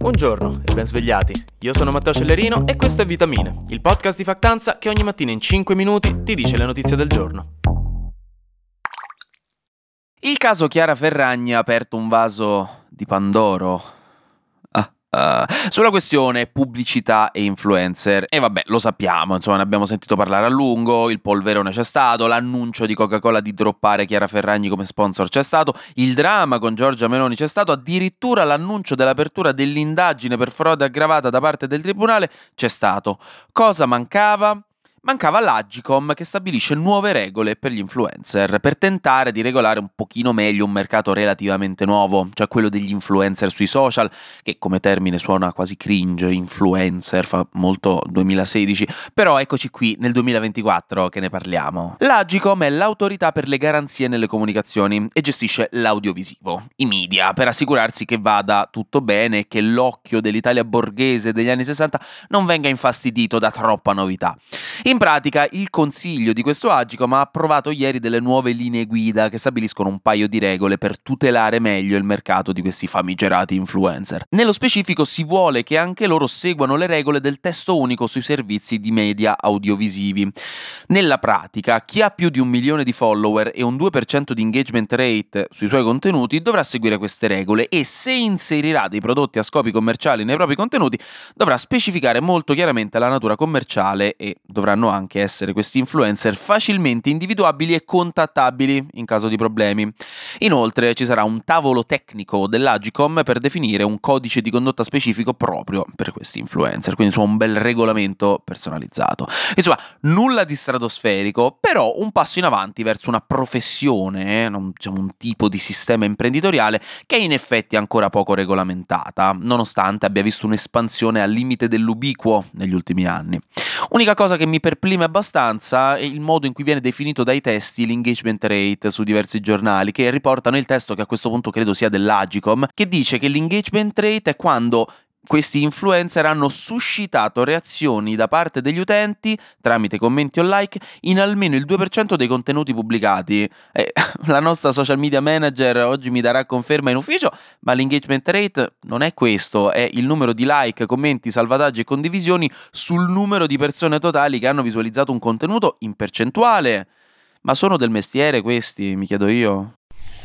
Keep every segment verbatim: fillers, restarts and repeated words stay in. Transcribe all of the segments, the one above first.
Buongiorno e ben svegliati. Io sono Matteo Cellerino e questo è Vitamine, il podcast di Factanza che ogni mattina in cinque minuti ti dice le notizie del giorno. Il caso Chiara Ferragni ha aperto un vaso di Pandoro. Ah, ah. Sulla questione pubblicità e influencer. E vabbè, lo sappiamo, insomma, ne abbiamo sentito parlare a lungo, il polverone c'è stato, l'annuncio di Coca-Cola di droppare Chiara Ferragni come sponsor c'è stato, il dramma con Giorgia Meloni c'è stato, addirittura l'annuncio dell'apertura dell'indagine per frode aggravata da parte del tribunale c'è stato. Cosa mancava? Mancava l'Agcom che stabilisce nuove regole per gli influencer per tentare di regolare un pochino meglio un mercato relativamente nuovo, cioè quello degli influencer sui social, che come termine suona quasi cringe, influencer, fa molto duemilasedici, però eccoci qui nel duemilaventiquattro che ne parliamo. L'Agcom è l'autorità per le garanzie nelle comunicazioni e gestisce l'audiovisivo, i media, per assicurarsi che vada tutto bene e che l'occhio dell'Italia borghese degli anni sessanta non venga infastidito da troppa novità. In pratica, il consiglio di questo Agcom ha approvato ieri delle nuove linee guida che stabiliscono un paio di regole per tutelare meglio il mercato di questi famigerati influencer. Nello specifico si vuole che anche loro seguano le regole del testo unico sui servizi di media audiovisivi. Nella pratica, chi ha più di un milione di follower e un due per cento di engagement rate sui suoi contenuti dovrà seguire queste regole e se inserirà dei prodotti a scopi commerciali nei propri contenuti dovrà specificare molto chiaramente la natura commerciale e dovranno anche essere questi influencer facilmente individuabili e contattabili in caso di problemi. Inoltre ci sarà un tavolo tecnico dell'Agcom per definire un codice di condotta specifico proprio per questi influencer, quindi insomma un bel regolamento personalizzato. Insomma, nulla di stratosferico, però un passo in avanti verso una professione, eh, non, diciamo, un tipo di sistema imprenditoriale che è in effetti ancora poco regolamentata, nonostante abbia visto un'espansione al limite dell'ubiquo negli ultimi anni. Unica cosa che mi perplime abbastanza è il modo in cui viene definito dai testi l'engagement rate su diversi giornali, che riportano il testo che a questo punto credo sia dell'Agcom, che dice che l'engagement rate è quando questi influencer hanno suscitato reazioni da parte degli utenti tramite commenti o like in almeno il due per cento dei contenuti pubblicati. Eh, la nostra social media manager oggi mi darà conferma in ufficio, ma l'engagement rate non è questo, è il numero di like, commenti, salvataggi e condivisioni sul numero di persone totali che hanno visualizzato un contenuto in percentuale. Ma sono del mestiere questi, mi chiedo io?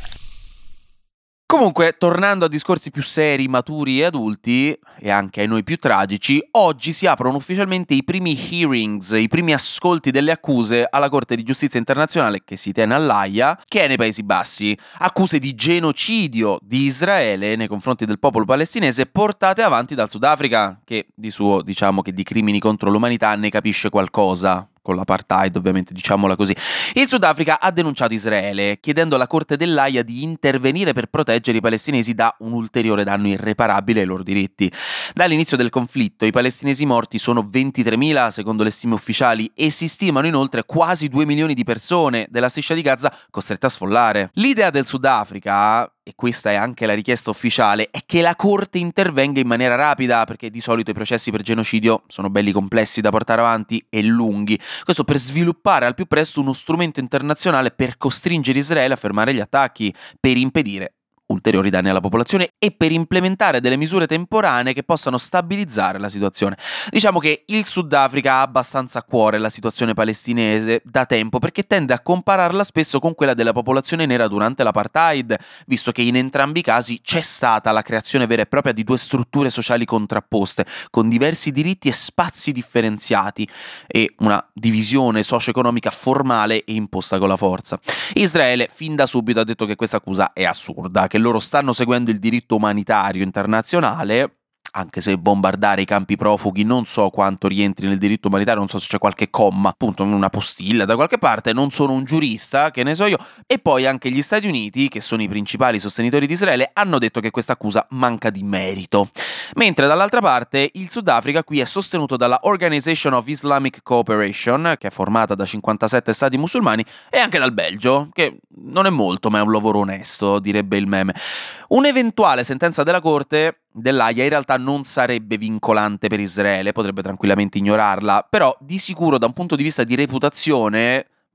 Comunque, tornando a discorsi più seri, maturi e adulti, e anche ai noi più tragici, oggi si aprono ufficialmente i primi hearings, i primi ascolti delle accuse alla Corte di Giustizia Internazionale che si tiene all'Aia, che è nei Paesi Bassi. Accuse di genocidio di Israele nei confronti del popolo palestinese portate avanti dal Sudafrica, che di suo, diciamo che di crimini contro l'umanità ne capisce qualcosa. Con l'apartheid, ovviamente, diciamola così. Il Sudafrica ha denunciato Israele, chiedendo alla Corte dell'Aia di intervenire per proteggere i palestinesi da un ulteriore danno irreparabile ai loro diritti. Dall'inizio del conflitto, i palestinesi morti sono ventitremila, secondo le stime ufficiali, e si stimano inoltre quasi due milioni di persone della striscia di Gaza costrette a sfollare. L'idea del Sudafrica, e questa è anche la richiesta ufficiale, è che la Corte intervenga in maniera rapida, perché di solito i processi per genocidio sono belli complessi da portare avanti e lunghi. Questo per sviluppare al più presto uno strumento internazionale per costringere Israele a fermare gli attacchi, per impedire ulteriori danni alla popolazione e per implementare delle misure temporanee che possano stabilizzare la situazione. Diciamo che il Sudafrica ha abbastanza a cuore la situazione palestinese da tempo, perché tende a compararla spesso con quella della popolazione nera durante l'apartheid, visto che in entrambi i casi c'è stata la creazione vera e propria di due strutture sociali contrapposte, con diversi diritti e spazi differenziati, e una divisione socio-economica formale e imposta con la forza. Israele fin da subito ha detto che questa accusa è assurda, che loro stanno seguendo il diritto umanitario internazionale, anche se bombardare i campi profughi non so quanto rientri nel diritto umanitario, non so se c'è qualche comma, appunto in una postilla da qualche parte, non sono un giurista, che ne so io, e poi anche gli Stati Uniti, che sono i principali sostenitori di Israele, hanno detto che questa accusa manca di merito. Mentre dall'altra parte il Sudafrica qui è sostenuto dalla Organization of Islamic Cooperation, che è formata da cinquantasette stati musulmani, e anche dal Belgio, che non è molto ma è un lavoro onesto, direbbe il meme. Un'eventuale sentenza della Corte dell'Aia in realtà non sarebbe vincolante per Israele, potrebbe tranquillamente ignorarla, però di sicuro da un punto di vista di reputazione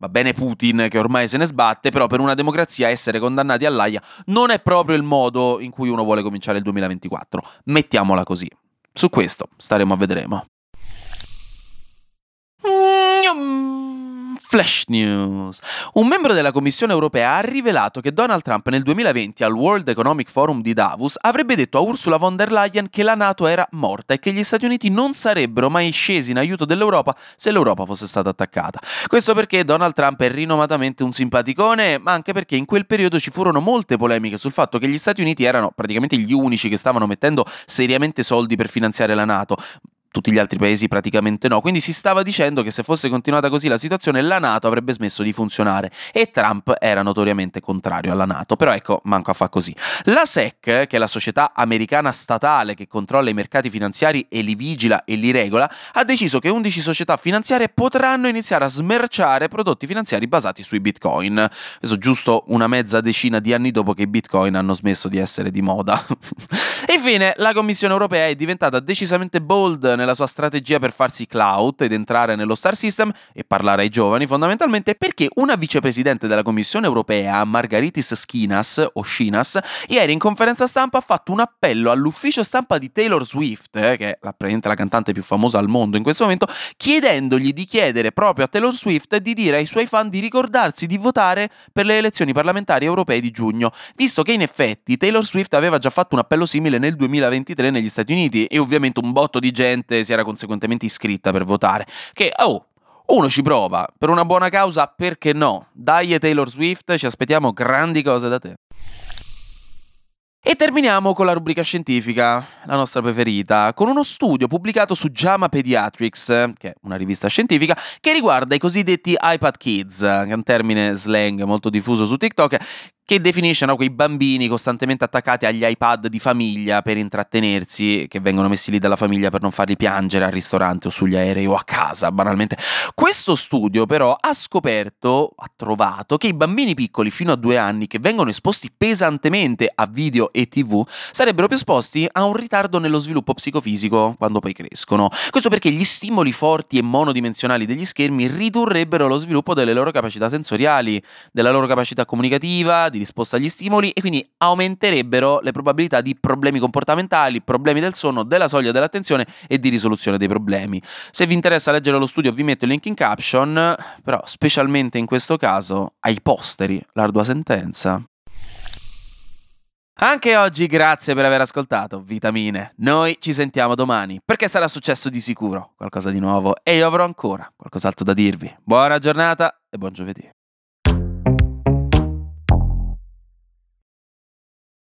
Va bene Putin che ormai se ne sbatte, però per una democrazia essere condannati all'aia non è proprio il modo in cui uno vuole cominciare il duemilaventiquattro. Mettiamola così. Su questo staremo a vedremo. Flash News. Un membro della Commissione europea ha rivelato che Donald Trump nel duemilaventi al World Economic Forum di Davos avrebbe detto a Ursula von der Leyen che la NATO era morta e che gli Stati Uniti non sarebbero mai scesi in aiuto dell'Europa se l'Europa fosse stata attaccata. Questo perché Donald Trump è rinomatamente un simpaticone, ma anche perché in quel periodo ci furono molte polemiche sul fatto che gli Stati Uniti erano praticamente gli unici che stavano mettendo seriamente soldi per finanziare la NATO. Tutti gli altri paesi praticamente no, quindi si stava dicendo che se fosse continuata così la situazione la NATO avrebbe smesso di funzionare e Trump era notoriamente contrario alla NATO, però ecco, manco a fa così. La S E C, che è la società americana statale che controlla i mercati finanziari e li vigila e li regola, ha deciso che undici società finanziarie potranno iniziare a smerciare prodotti finanziari basati sui bitcoin. Questo giusto una mezza decina di anni dopo che i bitcoin hanno smesso di essere di moda. E infine, la Commissione europea è diventata decisamente bold nella sua strategia per farsi clout ed entrare nello Star System e parlare ai giovani fondamentalmente perché una vicepresidente della Commissione europea, Margaritis Schinas o Schinas, ieri in conferenza stampa ha fatto un appello all'ufficio stampa di Taylor Swift, eh, che è la, la cantante più famosa al mondo in questo momento, chiedendogli di chiedere proprio a Taylor Swift di dire ai suoi fan di ricordarsi di votare per le elezioni parlamentari europee di giugno, visto che in effetti Taylor Swift aveva già fatto un appello simile nel duemilaventitré negli Stati Uniti e ovviamente un botto di gente si era conseguentemente iscritta per votare, che oh, uno ci prova, per una buona causa perché no? Dai Taylor Swift, ci aspettiamo grandi cose da te. E terminiamo con la rubrica scientifica, la nostra preferita, con uno studio pubblicato su JAMA Pediatrics, che è una rivista scientifica, che riguarda i cosiddetti iPad Kids, che è un termine slang molto diffuso su TikTok, che definisce, no, quei bambini costantemente attaccati agli iPad di famiglia per intrattenersi, che vengono messi lì dalla famiglia per non farli piangere al ristorante o sugli aerei o a casa, banalmente. Questo studio però ha scoperto, ha trovato, che i bambini piccoli fino a due anni che vengono esposti pesantemente a video e tivù sarebbero più esposti a un ritardo nello sviluppo psicofisico quando poi crescono. Questo perché gli stimoli forti e monodimensionali degli schermi ridurrebbero lo sviluppo delle loro capacità sensoriali, della loro capacità comunicativa, di risposta agli stimoli e quindi aumenterebbero le probabilità di problemi comportamentali, problemi del sonno, della soglia dell'attenzione e di risoluzione dei problemi. Se vi interessa leggere lo studio vi metto il link in caption, però specialmente in questo caso ai posteri, l'ardua sentenza. Anche oggi grazie per aver ascoltato Vitamine. Noi ci sentiamo domani perché sarà successo di sicuro qualcosa di nuovo e io avrò ancora qualcos'altro da dirvi. Buona giornata e buon giovedì.